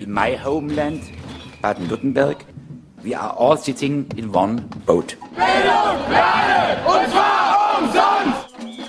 in my homeland, Baden-Württemberg, we are all sitting in one boat. Bildung für alle, und zwar umsonst!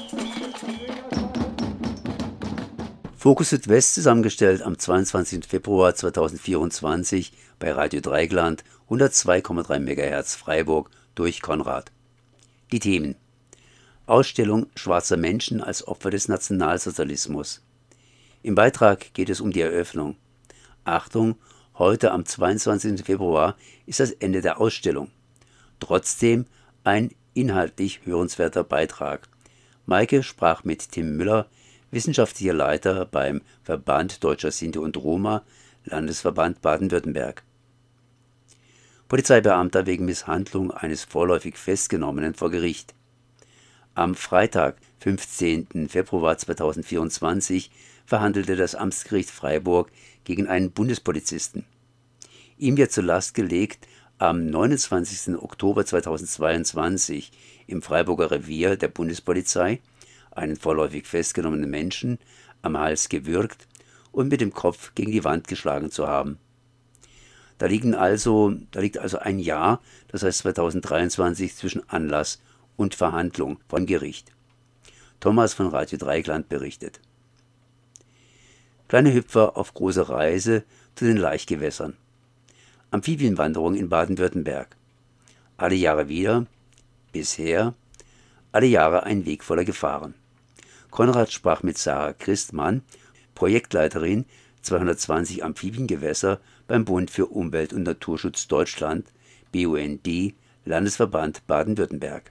Fokus Südwest zusammengestellt am 22. Februar 2024 bei Radio Dreieckland 102,3 MHz Freiburg durch Konrad. Die Themen: Ausstellung schwarzer Menschen als Opfer des Nationalsozialismus. Im Beitrag geht es um die Eröffnung. Achtung, heute am 22. Februar ist das Ende der Ausstellung. Trotzdem ein inhaltlich hörenswerter Beitrag. Maike sprach mit Tim Müller, wissenschaftlicher Leiter beim Verband Deutscher Sinti und Roma, Landesverband Baden-Württemberg. Polizeibeamter wegen Misshandlung eines vorläufig Festgenommenen vor Gericht. Am Freitag, 15. Februar 2024, verhandelte das Amtsgericht Freiburg gegen einen Bundespolizisten. Ihm wird zur Last gelegt, am 29. Oktober 2022 im Freiburger Revier der Bundespolizei einen vorläufig festgenommenen Menschen am Hals gewürgt und mit dem Kopf gegen die Wand geschlagen zu haben. Da liegt also ein Jahr, das heißt 2023, zwischen Anlass und Verhandlung vom Gericht. Thomas von Radio Dreieckland berichtet. Kleine Hüpfer auf große Reise zu den Laichgewässern. Amphibienwanderung in Baden-Württemberg. Alle Jahre wieder, bisher, alle Jahre ein Weg voller Gefahren. Konrad sprach mit Sarah Christmann, Projektleiterin 220 Amphibiengewässer beim Bund für Umwelt- und Naturschutz Deutschland, BUND, Landesverband Baden-Württemberg.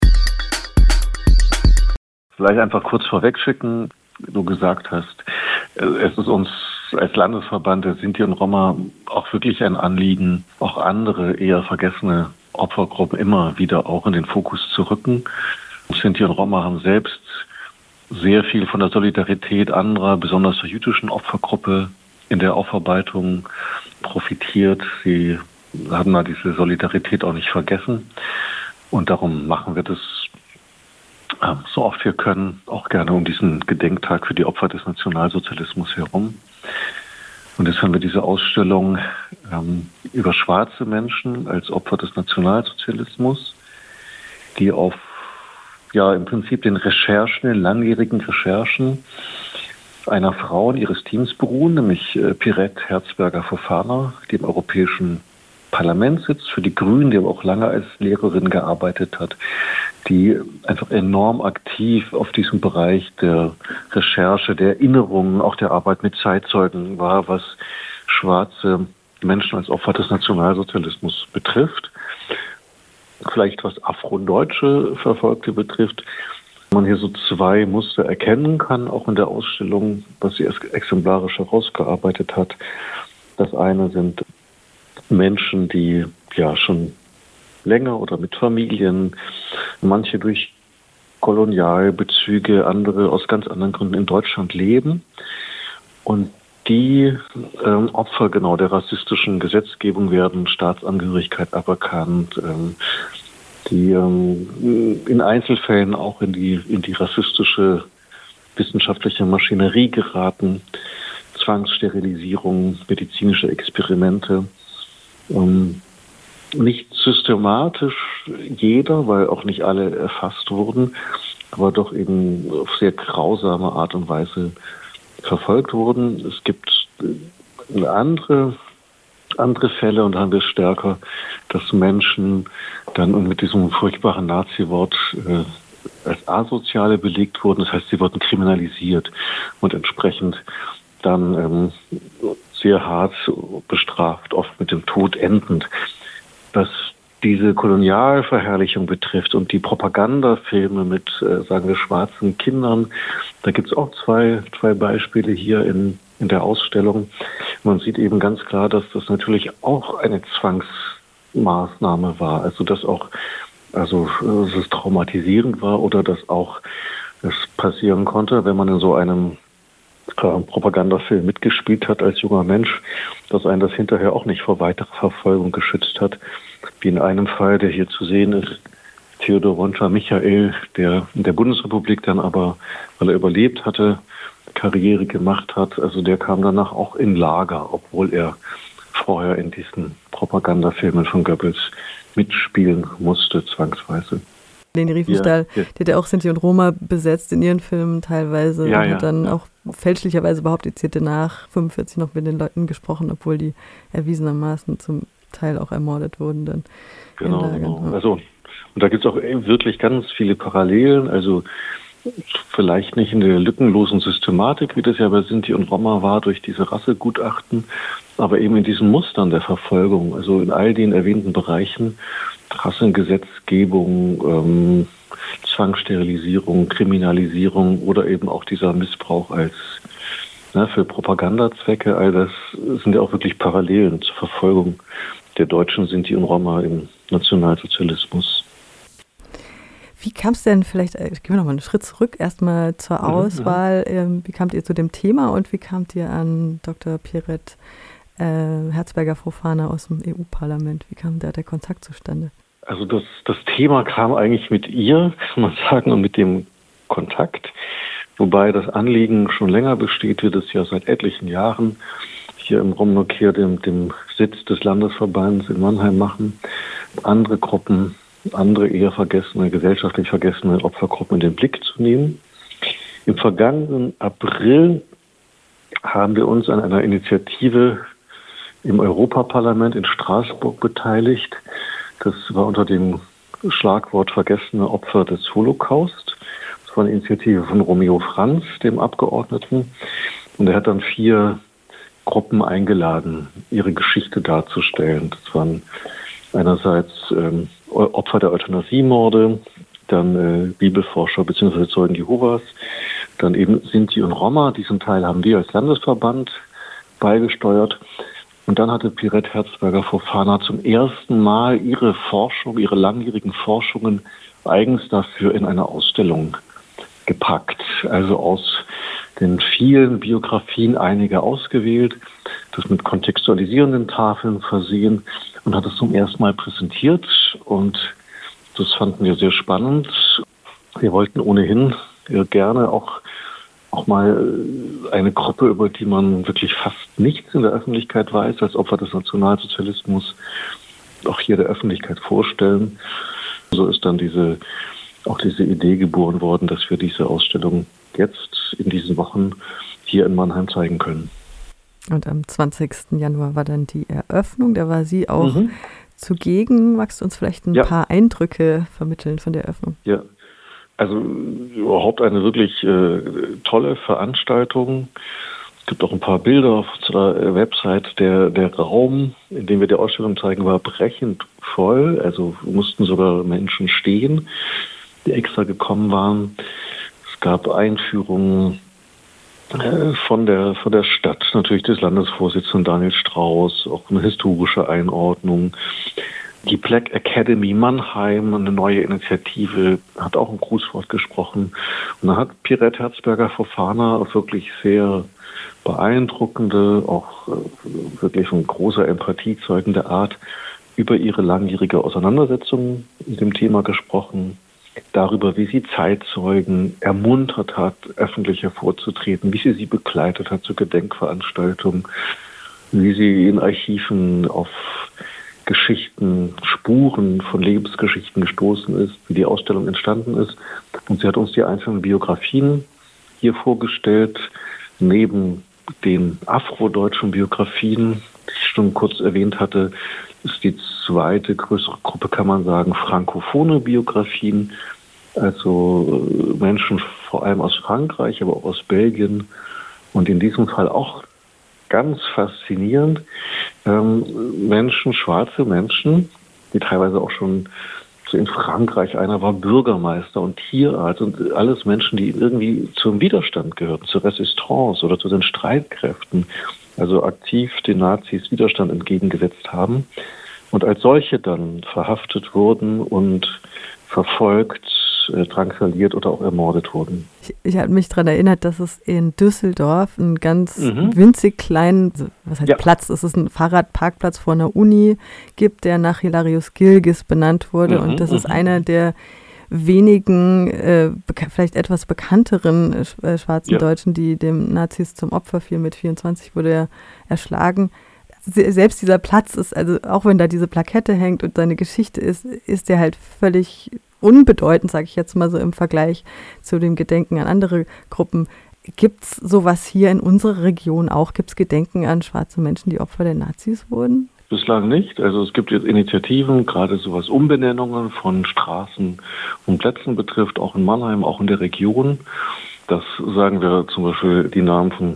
Vielleicht einfach kurz vorwegschicken, du gesagt hast, es ist uns als Landesverband der Sinti und Roma auch wirklich ein Anliegen, auch andere eher vergessene Opfergruppen immer wieder auch in den Fokus zu rücken. Sinti und Roma haben selbst sehr viel von der Solidarität anderer, besonders der jüdischen Opfergruppe in der Aufarbeitung profitiert. Sie haben da diese Solidarität auch nicht vergessen. Und darum machen wir das so oft wir können, auch gerne um diesen Gedenktag für die Opfer des Nationalsozialismus herum. Und jetzt haben wir diese Ausstellung über schwarze Menschen als Opfer des Nationalsozialismus, die auf im Prinzip den langjährigen Recherchen einer Frau und ihres Teams beruhen, nämlich Pirette Herzberger-Fofana, die im Europäischen Parlament sitzt, für die Grünen, die aber auch lange als Lehrerin gearbeitet hat, die einfach enorm aktiv auf diesem Bereich der Recherche, der Erinnerungen, auch der Arbeit mit Zeitzeugen war, was schwarze Menschen als Opfer des Nationalsozialismus betrifft. Vielleicht was afrodeutsche Verfolgte betrifft. Man hier so zwei Muster erkennen kann, auch in der Ausstellung, was sie exemplarisch herausgearbeitet hat. Das eine sind Menschen, die schon länger oder mit Familien, manche durch Kolonialbezüge, andere aus ganz anderen Gründen in Deutschland leben und die Opfer der rassistischen Gesetzgebung werden, Staatsangehörigkeit aberkannt, die in Einzelfällen auch in die rassistische wissenschaftliche Maschinerie geraten, Zwangssterilisierung, medizinische Experimente. Nicht systematisch jeder, weil auch nicht alle erfasst wurden, aber doch eben auf sehr grausame Art und Weise verfolgt wurden. Es gibt andere Fälle und da haben wir stärker, dass Menschen dann und mit diesem furchtbaren Nazi-Wort als Asoziale belegt wurden. Das heißt, sie wurden kriminalisiert und entsprechend dann sehr hart bestraft, oft mit dem Tod endend. Was diese Kolonialverherrlichung betrifft und die Propagandafilme mit, sagen wir, schwarzen Kindern, da gibt es auch zwei Beispiele hier in der Ausstellung. Man sieht eben ganz klar, dass das natürlich auch eine Zwangsmaßnahme war, dass es traumatisierend war oder dass auch es passieren konnte, wenn man in so einem Propagandafilm mitgespielt hat als junger Mensch, dass einen das hinterher auch nicht vor weiterer Verfolgung geschützt hat. Wie in einem Fall, der hier zu sehen ist, Theodor Wonscher Michael, der in der Bundesrepublik dann aber, weil er überlebt hatte, Karriere gemacht hat, also der kam danach auch in Lager, obwohl er vorher in diesen Propagandafilmen von Goebbels mitspielen musste, zwangsweise. Leni Riefenstahl, die hat ja auch Sinti und Roma besetzt in ihren Filmen teilweise und hat dann auch fälschlicherweise behauptet, sie hätte nach 45 noch mit den Leuten gesprochen, obwohl die erwiesenermaßen zum Teil auch ermordet wurden dann in Lagern. Genau. Also, und da gibt es auch wirklich ganz viele Parallelen, also vielleicht nicht in der lückenlosen Systematik, wie das ja bei Sinti und Roma war, durch diese Rassegutachten, aber eben in diesen Mustern der Verfolgung, also in all den erwähnten Bereichen, Rassengesetzgebung, Zwangssterilisierung, Kriminalisierung oder eben auch dieser Missbrauch als für Propagandazwecke, all das sind ja auch wirklich Parallelen zur Verfolgung der Deutschen Sinti und Roma im Nationalsozialismus. Wie kam es denn, vielleicht gehen wir nochmal einen Schritt zurück, erstmal zur Auswahl. Wie kamt ihr zu dem Thema und wie kamt ihr an Dr. Pierette Herzberger-Fofana aus dem EU-Parlament? Wie kam da der Kontakt zustande? Also das Thema kam eigentlich mit ihr, kann man sagen, und mit dem Kontakt. Wobei das Anliegen schon länger besteht, wir das ja seit etlichen Jahren hier im Romnokir, dem Sitz des Landesverbands in Mannheim machen. Andere Gruppen, andere eher vergessene, gesellschaftlich vergessene Opfergruppen in den Blick zu nehmen. Im vergangenen April haben wir uns an einer Initiative im Europaparlament in Straßburg beteiligt. Das war unter dem Schlagwort vergessene Opfer des Holocaust. Das war eine Initiative von Romeo Franz, dem Abgeordneten. Und er hat dann 4 Gruppen eingeladen, ihre Geschichte darzustellen. Das waren einerseits Opfer der Euthanasiemorde, dann Bibelforscher bzw. Zeugen Jehovas, dann eben Sinti und Roma. Diesen Teil haben wir als Landesverband beigesteuert. Und dann hatte Pierette Herzberger-Fofana zum ersten Mal ihre langjährigen Forschungen eigens dafür in eine Ausstellung gepackt. Also aus den vielen Biografien einige ausgewählt, das mit kontextualisierenden Tafeln versehen und hat es zum ersten Mal präsentiert. Und das fanden wir sehr spannend. Wir wollten ohnehin gerne auch mal eine Gruppe, über die man wirklich fast nichts in der Öffentlichkeit weiß, als Opfer des Nationalsozialismus, auch hier der Öffentlichkeit vorstellen. So ist dann diese Idee geboren worden, dass wir diese Ausstellung jetzt in diesen Wochen hier in Mannheim zeigen können. Und am 20. Januar war dann die Eröffnung, da war sie auch zugegen. Magst du uns vielleicht ein paar Eindrücke vermitteln von der Eröffnung? Ja. Also überhaupt eine wirklich tolle Veranstaltung. Es gibt auch ein paar Bilder auf unserer Website. Der Raum, in dem wir die Ausstellung zeigen, war brechend voll. Also mussten sogar Menschen stehen, die extra gekommen waren. Es gab Einführungen von der Stadt, natürlich des Landesvorsitzenden Daniel Strauß, auch eine historische Einordnung. Die Black Academy Mannheim, eine neue Initiative, hat auch ein Grußwort gesprochen. Und da hat Pierette Herzberger-Fofana wirklich sehr beeindruckende, auch wirklich von großer Empathie zeugende Art über ihre langjährige Auseinandersetzung mit dem Thema gesprochen. Darüber, wie sie Zeitzeugen ermuntert hat, öffentlich hervorzutreten, wie sie begleitet hat zur Gedenkveranstaltung, wie sie in Archiven auf Geschichten, Spuren von Lebensgeschichten gestoßen ist, wie die Ausstellung entstanden ist. Und sie hat uns die einzelnen Biografien hier vorgestellt, neben den afrodeutschen Biografien, die ich schon kurz erwähnt hatte, ist die zweite größere Gruppe, kann man sagen, frankophone Biografien, also Menschen vor allem aus Frankreich, aber auch aus Belgien und in diesem Fall auch ganz faszinierend, schwarze Menschen, die teilweise auch schon so in Frankreich, einer war Bürgermeister und Tierarzt und alles Menschen, die irgendwie zum Widerstand gehörten, zur Resistance oder zu den Streitkräften, also aktiv den Nazis Widerstand entgegengesetzt haben und als solche dann verhaftet wurden und verfolgt, drangsaliert oder auch ermordet wurden. Ich habe mich daran erinnert, dass es in Düsseldorf einen ganz winzig kleinen, Platz, es ist ein Fahrradparkplatz vor einer Uni gibt, der nach Hilarius Gilgis benannt wurde und das ist einer der wenigen, vielleicht etwas bekannteren schwarzen Deutschen, die dem Nazis zum Opfer fielen. Mit 24 wurde er erschlagen. Selbst dieser Platz ist, also auch wenn da diese Plakette hängt und seine Geschichte ist der halt völlig unbedeutend, sage ich jetzt mal so im Vergleich zu dem Gedenken an andere Gruppen. Gibt es sowas hier in unserer Region auch? Gibt es Gedenken an schwarze Menschen, die Opfer der Nazis wurden? Bislang nicht. Also es gibt jetzt Initiativen, gerade so was Umbenennungen von Straßen und Plätzen betrifft, auch in Mannheim, auch in der Region. Das sagen wir zum Beispiel die Namen von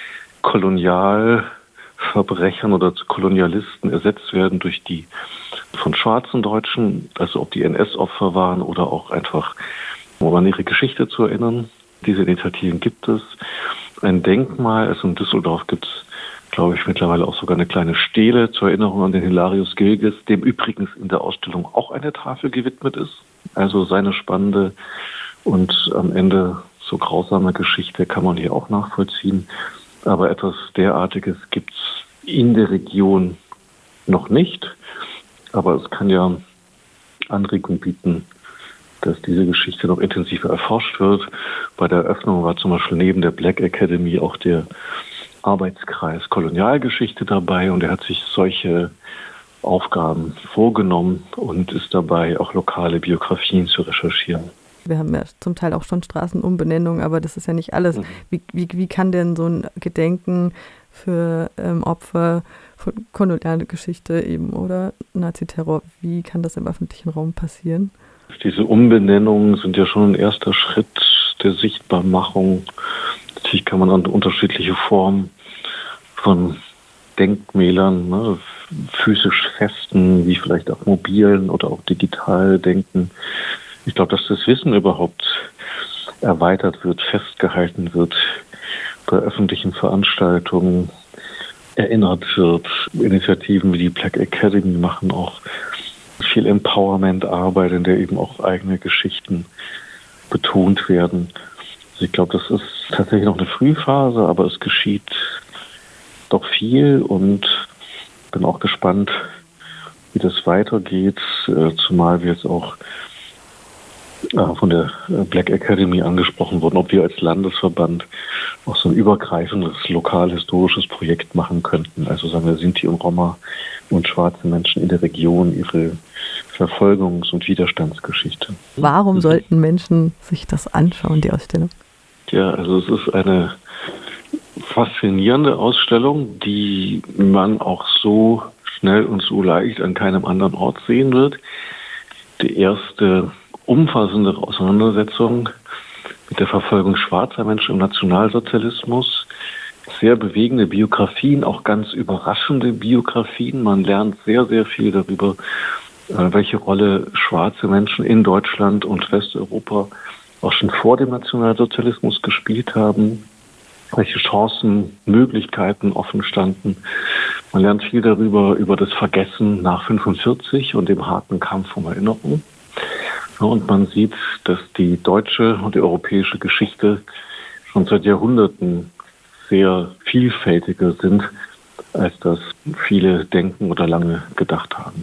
Kolonialverbrechern oder Kolonialisten ersetzt werden durch die von schwarzen Deutschen, also ob die NS-Opfer waren oder auch einfach, um an ihre Geschichte zu erinnern. Diese Initiativen gibt es. Ein Denkmal, also in Düsseldorf gibt es, glaube ich, mittlerweile auch sogar eine kleine Stele zur Erinnerung an den Hilarius Gilges, dem übrigens in der Ausstellung auch eine Tafel gewidmet ist. Also seine spannende und am Ende so grausame Geschichte kann man hier auch nachvollziehen. Aber etwas derartiges gibt es in der Region noch nicht. Aber es kann ja Anregung bieten, dass diese Geschichte noch intensiver erforscht wird. Bei der Eröffnung war zum Beispiel neben der Black Academy auch der Arbeitskreis Kolonialgeschichte dabei und er hat sich solche Aufgaben vorgenommen und ist dabei, auch lokale Biografien zu recherchieren. Wir haben ja zum Teil auch schon Straßenumbenennungen, aber das ist ja nicht alles. Wie kann denn so ein Gedenken für Opfer von kolonialer Geschichte eben oder Naziterror, wie kann das im öffentlichen Raum passieren? Diese Umbenennungen sind ja schon ein erster Schritt der Sichtbarmachung. Natürlich kann man an unterschiedliche Formen von Denkmälern, physisch festen, wie vielleicht auch mobilen oder auch digital denken. Ich glaube, dass das Wissen überhaupt erweitert wird, festgehalten wird, bei öffentlichen Veranstaltungen erinnert wird. Initiativen wie die Black Academy machen auch viel Empowerment-Arbeit, in der eben auch eigene Geschichten betont werden. Also ich glaube, das ist tatsächlich noch eine Frühphase, aber es geschieht doch viel und bin auch gespannt, wie das weitergeht, zumal wir jetzt auch von der Black Academy angesprochen wurden, ob wir als Landesverband auch so ein übergreifendes lokalhistorisches Projekt machen könnten. Also sagen wir Sinti und Roma und schwarze Menschen in der Region ihre Verfolgungs- und Widerstandsgeschichte. Warum sollten Menschen sich das anschauen, die Ausstellung? Ja, also es ist eine faszinierende Ausstellung, die man auch so schnell und so leicht an keinem anderen Ort sehen wird. Die erste umfassende Auseinandersetzung mit der Verfolgung schwarzer Menschen im Nationalsozialismus. Sehr bewegende Biografien, auch ganz überraschende Biografien. Man lernt sehr, sehr viel darüber, welche Rolle schwarze Menschen in Deutschland und Westeuropa auch schon vor dem Nationalsozialismus gespielt haben, welche Chancen, Möglichkeiten offen standen. Man lernt viel darüber, über das Vergessen nach 1945 und dem harten Kampf um Erinnerung. Und man sieht, dass die deutsche und die europäische Geschichte schon seit Jahrhunderten sehr vielfältiger sind, als das viele denken oder lange gedacht haben.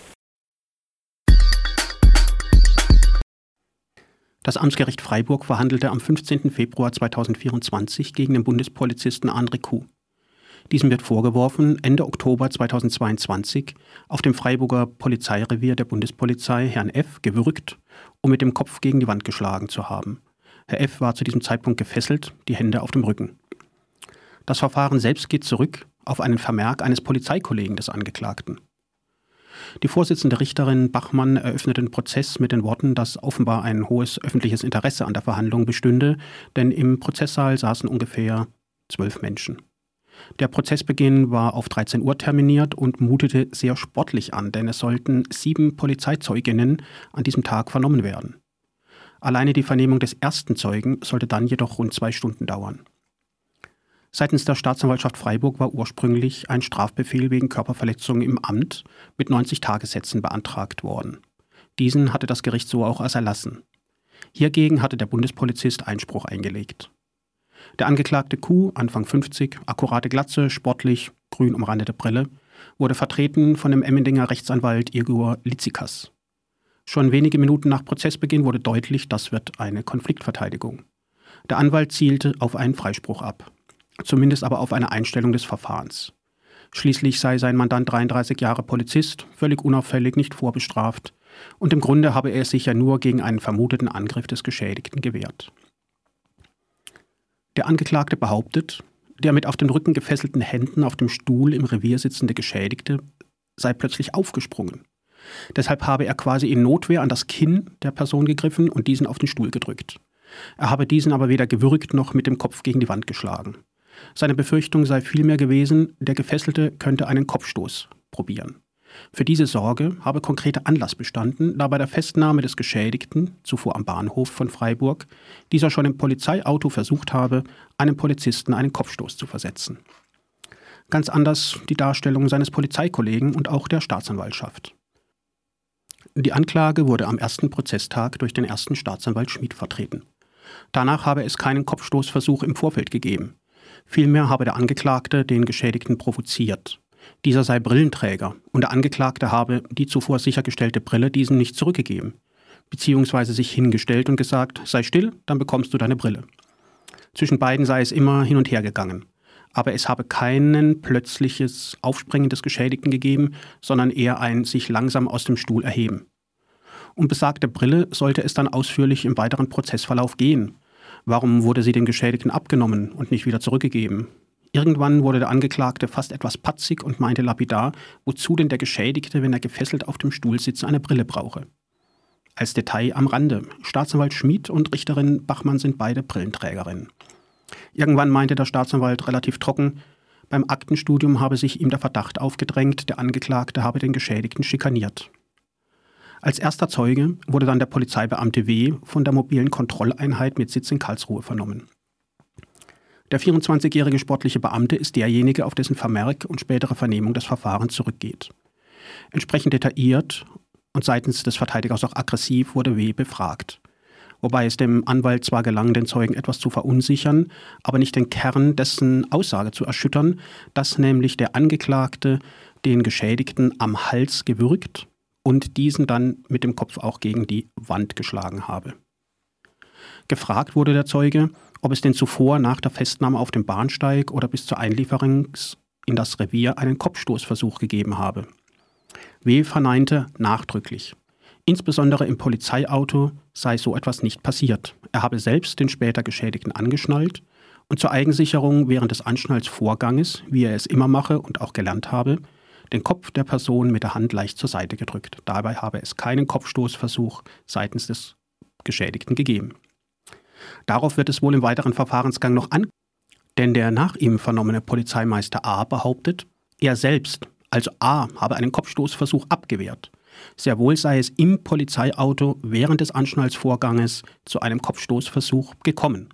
Das Amtsgericht Freiburg verhandelte am 15. Februar 2024 gegen den Bundespolizisten André Kuh. Diesem wird vorgeworfen, Ende Oktober 2022 auf dem Freiburger Polizeirevier der Bundespolizei Herrn F. gewürgt und mit dem Kopf gegen die Wand geschlagen zu haben. Herr F. war zu diesem Zeitpunkt gefesselt, die Hände auf dem Rücken. Das Verfahren selbst geht zurück auf einen Vermerk eines Polizeikollegen des Angeklagten. Die Vorsitzende Richterin Bachmann eröffnet den Prozess mit den Worten, dass offenbar ein hohes öffentliches Interesse an der Verhandlung bestünde, denn im Prozesssaal saßen ungefähr 12 Menschen. Der Prozessbeginn war auf 13 Uhr terminiert und mutete sehr sportlich an, denn es sollten 7 Polizeizeuginnen an diesem Tag vernommen werden. Alleine die Vernehmung des ersten Zeugen sollte dann jedoch rund 2 Stunden dauern. Seitens der Staatsanwaltschaft Freiburg war ursprünglich ein Strafbefehl wegen Körperverletzung im Amt mit 90 Tagessätzen beantragt worden. Diesen hatte das Gericht so auch erlassen. Hiergegen hatte der Bundespolizist Einspruch eingelegt. Der angeklagte Kuh, Anfang 50, akkurate Glatze, sportlich, grün umrandete Brille, wurde vertreten von dem Emmendinger Rechtsanwalt Igor Litzikas. Schon wenige Minuten nach Prozessbeginn wurde deutlich, das wird eine Konfliktverteidigung. Der Anwalt zielte auf einen Freispruch ab, zumindest aber auf eine Einstellung des Verfahrens. Schließlich sei sein Mandant 33 Jahre Polizist, völlig unauffällig, nicht vorbestraft, und im Grunde habe er sich ja nur gegen einen vermuteten Angriff des Geschädigten gewehrt. Der Angeklagte behauptet, der mit auf den Rücken gefesselten Händen auf dem Stuhl im Revier sitzende Geschädigte sei plötzlich aufgesprungen. Deshalb habe er quasi in Notwehr an das Kinn der Person gegriffen und diesen auf den Stuhl gedrückt. Er habe diesen aber weder gewürgt noch mit dem Kopf gegen die Wand geschlagen. Seine Befürchtung sei vielmehr gewesen, der Gefesselte könnte einen Kopfstoß probieren. Für diese Sorge habe konkreter Anlass bestanden, da bei der Festnahme des Geschädigten, zuvor am Bahnhof von Freiburg, dieser schon im Polizeiauto versucht habe, einem Polizisten einen Kopfstoß zu versetzen. Ganz anders die Darstellung seines Polizeikollegen und auch der Staatsanwaltschaft. Die Anklage wurde am ersten Prozesstag durch den ersten Staatsanwalt Schmid vertreten. Danach habe es keinen Kopfstoßversuch im Vorfeld gegeben. Vielmehr habe der Angeklagte den Geschädigten provoziert. Dieser sei Brillenträger und der Angeklagte habe die zuvor sichergestellte Brille diesem nicht zurückgegeben, beziehungsweise sich hingestellt und gesagt, sei still, dann bekommst du deine Brille. Zwischen beiden sei es immer hin und her gegangen. Aber es habe kein plötzliches Aufspringen des Geschädigten gegeben, sondern eher ein sich langsam aus dem Stuhl erheben. Um besagte Brille sollte es dann ausführlich im weiteren Prozessverlauf gehen. Warum wurde sie dem Geschädigten abgenommen und nicht wieder zurückgegeben? Irgendwann wurde der Angeklagte fast etwas patzig und meinte lapidar, wozu denn der Geschädigte, wenn er gefesselt auf dem Stuhl sitze, eine Brille brauche. Als Detail am Rande: Staatsanwalt Schmid und Richterin Bachmann sind beide Brillenträgerinnen. Irgendwann meinte der Staatsanwalt relativ trocken, beim Aktenstudium habe sich ihm der Verdacht aufgedrängt, der Angeklagte habe den Geschädigten schikaniert. Als erster Zeuge wurde dann der Polizeibeamte W. von der mobilen Kontrolleinheit mit Sitz in Karlsruhe vernommen. Der 24-jährige sportliche Beamte ist derjenige, auf dessen Vermerk und spätere Vernehmung das Verfahren zurückgeht. Entsprechend detailliert und seitens des Verteidigers auch aggressiv wurde W. befragt. Wobei es dem Anwalt zwar gelang, den Zeugen etwas zu verunsichern, aber nicht den Kern dessen Aussage zu erschüttern, dass nämlich der Angeklagte den Geschädigten am Hals gewürgt und diesen dann mit dem Kopf auch gegen die Wand geschlagen habe. Gefragt wurde der Zeuge, ob es denn zuvor nach der Festnahme auf dem Bahnsteig oder bis zur Einlieferung in das Revier einen Kopfstoßversuch gegeben habe. W. verneinte nachdrücklich. Insbesondere im Polizeiauto sei so etwas nicht passiert. Er habe selbst den später Geschädigten angeschnallt und zur Eigensicherung während des Anschnallsvorganges, wie er es immer mache und auch gelernt habe, den Kopf der Person mit der Hand leicht zur Seite gedrückt. Dabei habe es keinen Kopfstoßversuch seitens des Geschädigten gegeben. Darauf wird es wohl im weiteren Verfahrensgang noch an, denn der nach ihm vernommene Polizeimeister A. behauptet, er selbst, also A., habe einen Kopfstoßversuch abgewehrt. Sehr wohl sei es im Polizeiauto während des Anschnallsvorganges zu einem Kopfstoßversuch gekommen.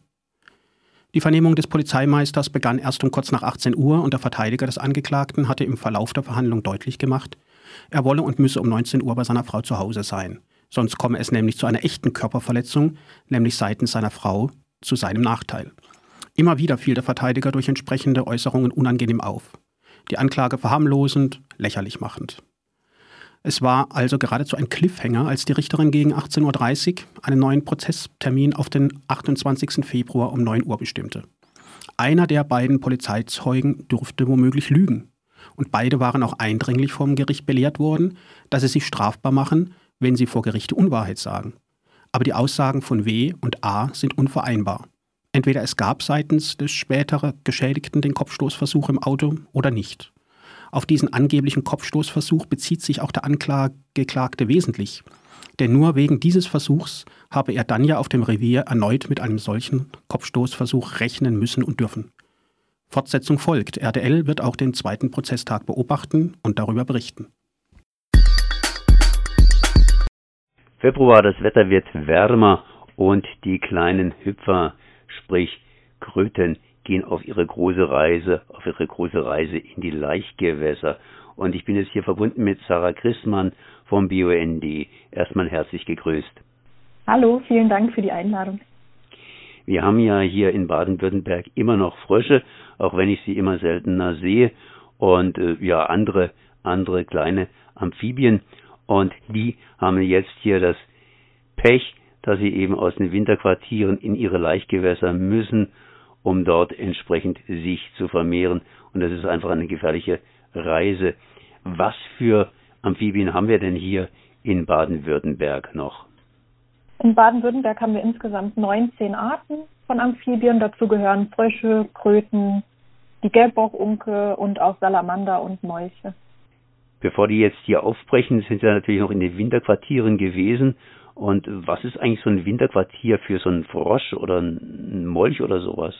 Die Vernehmung des Polizeimeisters begann erst um kurz nach 18 Uhr und der Verteidiger des Angeklagten hatte im Verlauf der Verhandlung deutlich gemacht, er wolle und müsse um 19 Uhr bei seiner Frau zu Hause sein. Sonst komme es nämlich zu einer echten Körperverletzung, nämlich seitens seiner Frau, zu seinem Nachteil. Immer wieder fiel der Verteidiger durch entsprechende Äußerungen unangenehm auf. Die Anklage verharmlosend, lächerlich machend. Es war also geradezu ein Cliffhanger, als die Richterin gegen 18.30 Uhr einen neuen Prozesstermin auf den 28. Februar um 9 Uhr bestimmte. Einer der beiden Polizeizeugen durfte womöglich lügen. Und beide waren auch eindringlich vom Gericht belehrt worden, dass sie sich strafbar machen, wenn sie vor Gericht Unwahrheit sagen. Aber die Aussagen von W. und A. sind unvereinbar. Entweder es gab seitens des späteren Geschädigten den Kopfstoßversuch im Auto oder nicht. Auf diesen angeblichen Kopfstoßversuch bezieht sich auch der Angeklagte wesentlich. Denn nur wegen dieses Versuchs habe er dann ja auf dem Revier erneut mit einem solchen Kopfstoßversuch rechnen müssen und dürfen. Fortsetzung folgt. RTL wird auch den zweiten Prozesstag beobachten und darüber berichten. Februar, das Wetter wird wärmer und die kleinen Hüpfer, sprich Kröten, gehen auf ihre große Reise in die Laichgewässer. Und ich bin jetzt hier verbunden mit Sarah Christmann vom BUND. Erstmal herzlich gegrüßt. Hallo, vielen Dank für die Einladung. Wir haben ja hier in Baden-Württemberg immer noch Frösche, auch wenn ich sie immer seltener sehe, und andere kleine Amphibien. Und die haben jetzt hier das Pech, dass sie eben aus den Winterquartieren in ihre Laichgewässer müssen, um dort entsprechend sich zu vermehren. Und das ist einfach eine gefährliche Reise. Was für Amphibien haben wir denn hier in Baden-Württemberg noch? In Baden-Württemberg haben wir insgesamt 19 Arten von Amphibien. Dazu gehören Frösche, Kröten, die Gelbbauchunke und auch Salamander und Molche. Bevor die jetzt hier aufbrechen, sind sie natürlich noch in den Winterquartieren gewesen. Und was ist eigentlich so ein Winterquartier für so einen Frosch oder einen Molch oder sowas?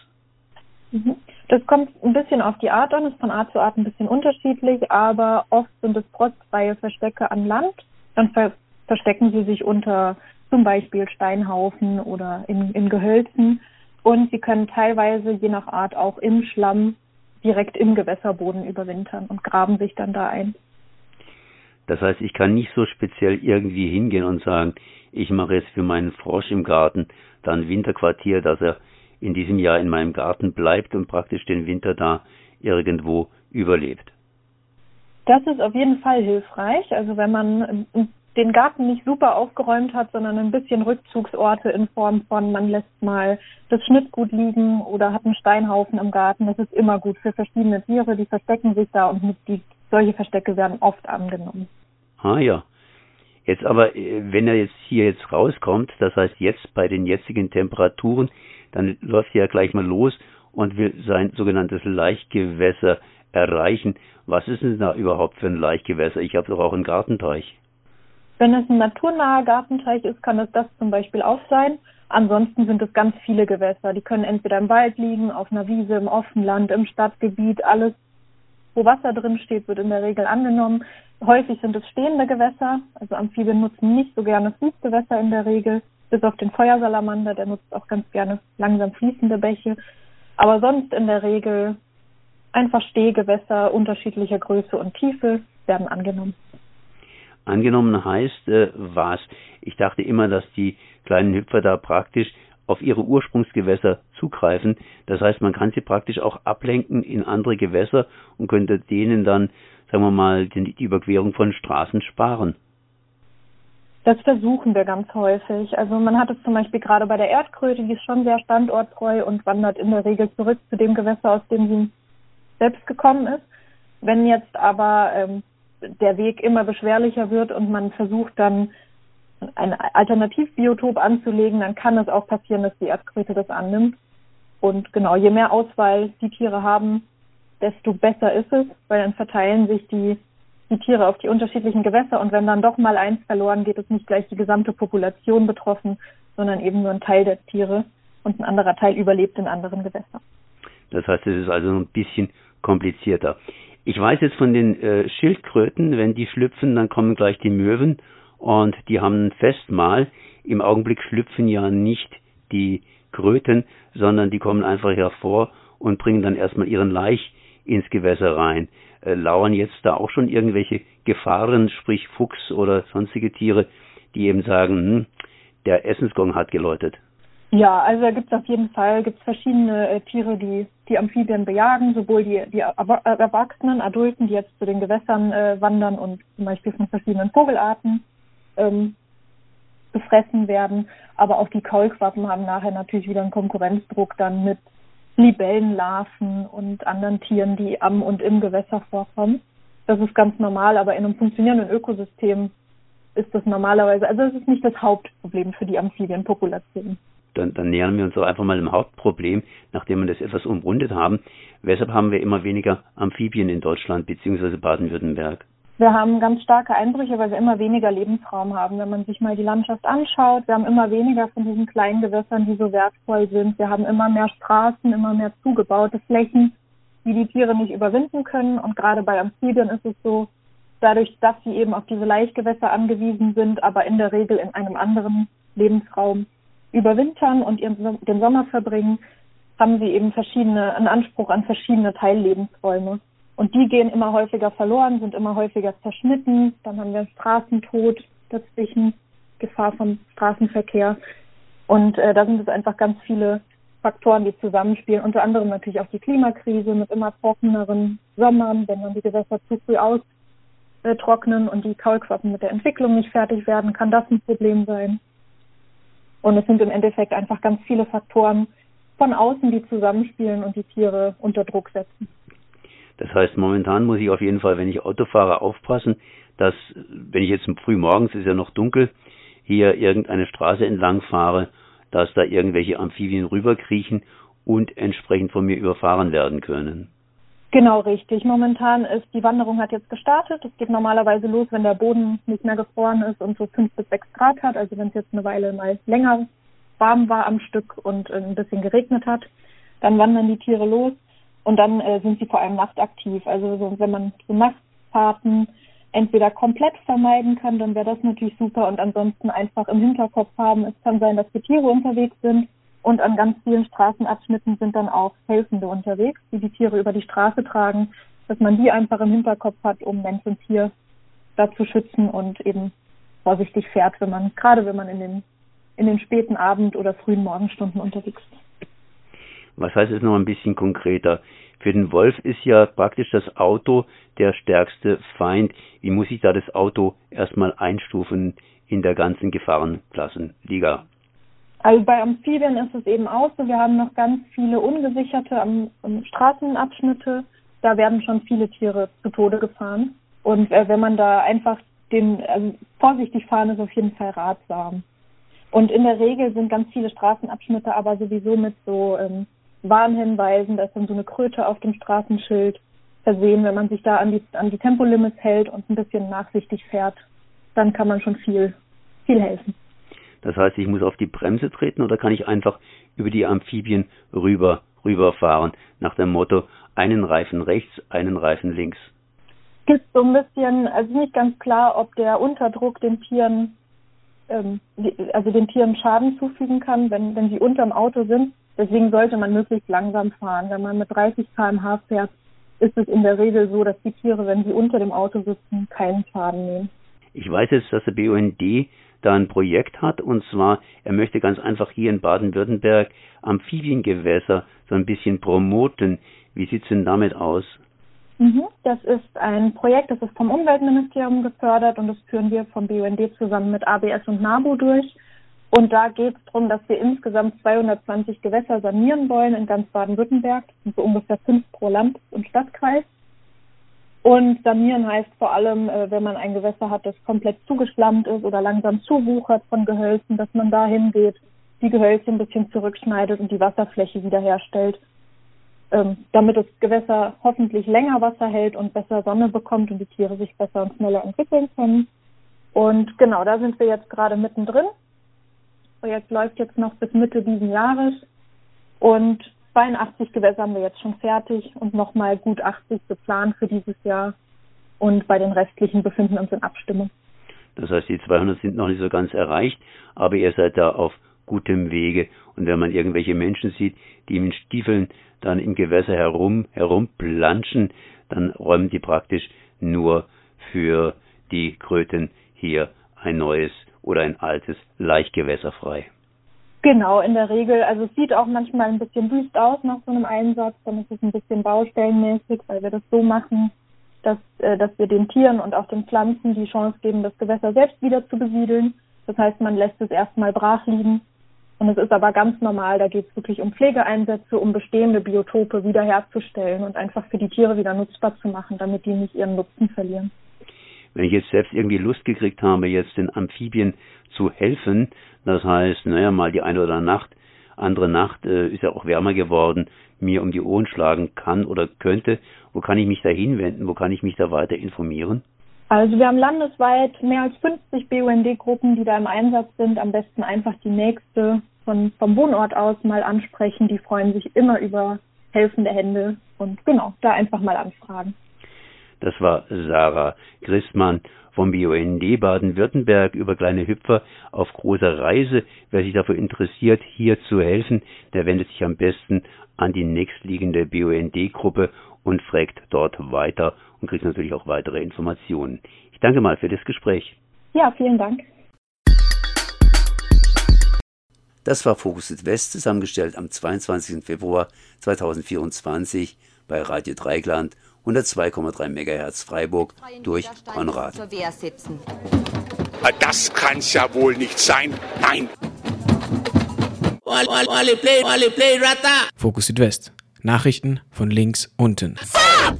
Das kommt ein bisschen auf die Art an, ist von Art zu Art ein bisschen unterschiedlich, aber oft sind es frostfreie Verstecke an Land. Dann verstecken sie sich unter zum Beispiel Steinhaufen oder in Gehölzen. Und sie können teilweise, je nach Art, auch im Schlamm direkt im Gewässerboden überwintern und graben sich dann da ein. Das heißt, ich kann nicht so speziell irgendwie hingehen und sagen, ich mache jetzt für meinen Frosch im Garten dann Winterquartier, dass er in diesem Jahr in meinem Garten bleibt und praktisch den Winter da irgendwo überlebt. Das ist auf jeden Fall hilfreich. Also wenn man den Garten nicht super aufgeräumt hat, sondern ein bisschen Rückzugsorte in Form von, man lässt mal das Schnittgut liegen oder hat einen Steinhaufen im Garten, das ist immer gut für verschiedene Tiere, die verstecken sich da und solche Verstecke werden oft angenommen. Ah ja. Jetzt aber, wenn er jetzt hier rauskommt, das heißt jetzt bei den jetzigen Temperaturen, dann läuft er ja gleich mal los und will sein sogenanntes Laichgewässer erreichen. Was ist denn da überhaupt für ein Laichgewässer? Ich habe doch auch einen Gartenteich. Wenn es ein naturnaher Gartenteich ist, kann es das zum Beispiel auch sein. Ansonsten sind es ganz viele Gewässer. Die können entweder im Wald liegen, auf einer Wiese, im Offenland, im Stadtgebiet. Alles, wo Wasser drin steht, wird in der Regel angenommen. Häufig sind es stehende Gewässer. Also Amphibien nutzen nicht so gerne Fließgewässer in der Regel. Bis auf den Feuersalamander, der nutzt auch ganz gerne langsam fließende Bäche. Aber sonst in der Regel einfach Stehgewässer unterschiedlicher Größe und Tiefe werden angenommen. Angenommen heißt was? Ich dachte immer, dass die kleinen Hüpfer da praktisch auf ihre Ursprungsgewässer zugreifen. Das heißt, man kann sie praktisch auch ablenken in andere Gewässer und könnte denen dann, sagen wir mal, die Überquerung von Straßen sparen. Das versuchen wir ganz häufig. Also man hat es zum Beispiel gerade bei der Erdkröte, die ist schon sehr standorttreu und wandert in der Regel zurück zu dem Gewässer, aus dem sie selbst gekommen ist. Wenn jetzt aber der Weg immer beschwerlicher wird und man versucht dann ein Alternativbiotop anzulegen, dann kann es auch passieren, dass die Erdkröte das annimmt. Und genau, je mehr Auswahl die Tiere haben, desto besser ist es, weil dann verteilen sich die Tiere auf die unterschiedlichen Gewässer und wenn dann doch mal eins verloren geht, ist nicht gleich die gesamte Population betroffen, sondern eben nur ein Teil der Tiere und ein anderer Teil überlebt in anderen Gewässern. Das heißt, es ist also ein bisschen komplizierter. Ich weiß jetzt von den Schildkröten, wenn die schlüpfen, dann kommen gleich die Möwen und die haben ein Festmahl. Im Augenblick schlüpfen ja nicht die Kröten, sondern die kommen einfach hervor und bringen dann erstmal ihren Laich ins Gewässer rein. Lauern jetzt da auch schon irgendwelche Gefahren, sprich Fuchs oder sonstige Tiere, die eben sagen, der Essensgong hat geläutet? Ja, also da gibt es auf jeden Fall verschiedene Tiere, die Amphibien bejagen, sowohl die Erwachsenen, Adulten, die jetzt zu den Gewässern wandern und zum Beispiel von verschiedenen Vogelarten befressen werden, aber auch die Kaulquappen haben nachher natürlich wieder einen Konkurrenzdruck dann mit Libellenlarven und anderen Tieren, die am und im Gewässer vorkommen. Das ist ganz normal, aber in einem funktionierenden Ökosystem ist das normalerweise, also es ist nicht das Hauptproblem für die Amphibienpopulation. Dann nähern wir uns doch einfach mal dem Hauptproblem, nachdem wir das etwas umrundet haben. Weshalb haben wir immer weniger Amphibien in Deutschland bzw. Baden-Württemberg? Wir haben ganz starke Einbrüche, weil wir immer weniger Lebensraum haben. Wenn man sich mal die Landschaft anschaut, wir haben immer weniger von diesen kleinen Gewässern, die so wertvoll sind. Wir haben immer mehr Straßen, immer mehr zugebaute Flächen, die die Tiere nicht überwinden können. Und gerade bei Amphibien ist es so, dadurch, dass sie eben auf diese Laichgewässer angewiesen sind, aber in der Regel in einem anderen Lebensraum überwintern und den Sommer verbringen, haben sie eben einen Anspruch an verschiedene Teillebensräume. Und die gehen immer häufiger verloren, sind immer häufiger zerschnitten. Dann haben wir Straßentod dazwischen, Gefahr vom Straßenverkehr. Und da sind es einfach ganz viele Faktoren, die zusammenspielen. Unter anderem natürlich auch die Klimakrise mit immer trockeneren Sommern, wenn dann die Gewässer zu früh trocknen und die Kaulquappen mit der Entwicklung nicht fertig werden, kann das ein Problem sein. Und es sind im Endeffekt einfach ganz viele Faktoren von außen, die zusammenspielen und die Tiere unter Druck setzen. Das heißt, momentan muss ich auf jeden Fall, wenn ich Auto fahre, aufpassen, dass, wenn ich jetzt früh morgens, ist ja noch dunkel, hier irgendeine Straße entlang fahre, dass da irgendwelche Amphibien rüberkriechen und entsprechend von mir überfahren werden können. Genau, richtig. Momentan die Wanderung hat jetzt gestartet. Es geht normalerweise los, wenn der Boden nicht mehr gefroren ist und so 5 bis 6 Grad hat. Also wenn es jetzt eine Weile mal länger warm war am Stück und ein bisschen geregnet hat, dann wandern die Tiere los und dann sind sie vor allem nachtaktiv. Also wenn man so Nachtfahrten entweder komplett vermeiden kann, dann wäre das natürlich super und ansonsten einfach im Hinterkopf haben. Es kann sein, dass die Tiere unterwegs sind. Und an ganz vielen Straßenabschnitten sind dann auch Helfende unterwegs, die die Tiere über die Straße tragen, dass man die einfach im Hinterkopf hat, um Mensch und Tier da zu schützen und eben vorsichtig fährt, gerade wenn man in den späten Abend- oder frühen Morgenstunden unterwegs ist. Was heißt es noch ein bisschen konkreter? Für den Wolf ist ja praktisch das Auto der stärkste Feind. Wie muss ich da das Auto erstmal einstufen in der ganzen Gefahrenklassenliga? Also bei Amphibien ist es eben auch so, wir haben noch ganz viele ungesicherte Straßenabschnitte. Da werden schon viele Tiere zu Tode gefahren. Und wenn man da einfach vorsichtig fahren, ist auf jeden Fall ratsam. Und in der Regel sind ganz viele Straßenabschnitte aber sowieso mit so Warnhinweisen, da ist dann so eine Kröte auf dem Straßenschild versehen. Wenn man sich da an die Tempolimits hält und ein bisschen nachsichtig fährt, dann kann man schon viel helfen. Das heißt, ich muss auf die Bremse treten oder kann ich einfach über die Amphibien rüberfahren, nach dem Motto, einen Reifen rechts, einen Reifen links? Gibt so ein bisschen, also nicht ganz klar, ob der Unterdruck den Tieren Schaden zufügen kann, wenn sie unterm Auto sind. Deswegen sollte man möglichst langsam fahren. Wenn man mit 30 km/h fährt, ist es in der Regel so, dass die Tiere, wenn sie unter dem Auto sitzen, keinen Schaden nehmen. Ich weiß jetzt, dass der BUND da ein Projekt hat, und zwar, er möchte ganz einfach hier in Baden-Württemberg Amphibiengewässer so ein bisschen promoten. Wie sieht es denn damit aus? Das ist ein Projekt, das ist vom Umweltministerium gefördert und das führen wir vom BUND zusammen mit ABS und NABU durch. Und da geht es darum, dass wir insgesamt 220 Gewässer sanieren wollen in ganz Baden-Württemberg. Das sind so ungefähr 5 pro Land- und Stadtkreis. Und sanieren heißt vor allem, wenn man ein Gewässer hat, das komplett zugeschlammt ist oder langsam zuwuchert von Gehölzen, dass man da hingeht, die Gehölze ein bisschen zurückschneidet und die Wasserfläche wiederherstellt, damit das Gewässer hoffentlich länger Wasser hält und besser Sonne bekommt und die Tiere sich besser und schneller entwickeln können. Und genau, da sind wir jetzt gerade mittendrin. Das Projekt läuft jetzt noch bis Mitte diesen Jahres und 82 Gewässer haben wir jetzt schon fertig und nochmal gut 80 geplant für dieses Jahr. Und bei den restlichen befinden wir uns in Abstimmung. Das heißt, die 200 sind noch nicht so ganz erreicht, aber ihr seid da auf gutem Wege. Und wenn man irgendwelche Menschen sieht, die mit Stiefeln dann im Gewässer herumplanschen, dann räumen die praktisch nur für die Kröten hier ein neues oder ein altes Laichgewässer frei. Genau, in der Regel. Also es sieht auch manchmal ein bisschen wüst aus nach so einem Einsatz, dann ist es ein bisschen baustellenmäßig, weil wir das so machen, dass wir den Tieren und auch den Pflanzen die Chance geben, das Gewässer selbst wieder zu besiedeln. Das heißt, man lässt es erstmal brach liegen. Und es ist aber ganz normal, da geht es wirklich um Pflegeeinsätze, um bestehende Biotope wiederherzustellen und einfach für die Tiere wieder nutzbar zu machen, damit die nicht ihren Nutzen verlieren. Wenn ich jetzt selbst irgendwie Lust gekriegt habe, jetzt den Amphibien zu helfen, das heißt, mal die eine oder andere Nacht ist ja auch wärmer geworden, mir um die Ohren schlagen kann oder könnte, wo kann ich mich da hinwenden, wo kann ich mich da weiter informieren? Also wir haben landesweit mehr als 50 BUND-Gruppen, die da im Einsatz sind. Am besten einfach die nächste vom Wohnort aus mal ansprechen. Die freuen sich immer über helfende Hände und genau, da einfach mal anfragen. Das war Sarah Christmann vom BUND Baden-Württemberg über kleine Hüpfer auf großer Reise. Wer sich dafür interessiert, hier zu helfen, der wendet sich am besten an die nächstliegende BUND-Gruppe und fragt dort weiter und kriegt natürlich auch weitere Informationen. Ich danke mal für das Gespräch. Ja, vielen Dank. Das war Fokus Südwest, zusammengestellt am 22. Februar 2024 bei Radio Dreieckland 102,3 MHz Freiburg durch Konrad. Das kann's ja wohl nicht sein. Nein! Fokus Südwest. Nachrichten von links unten.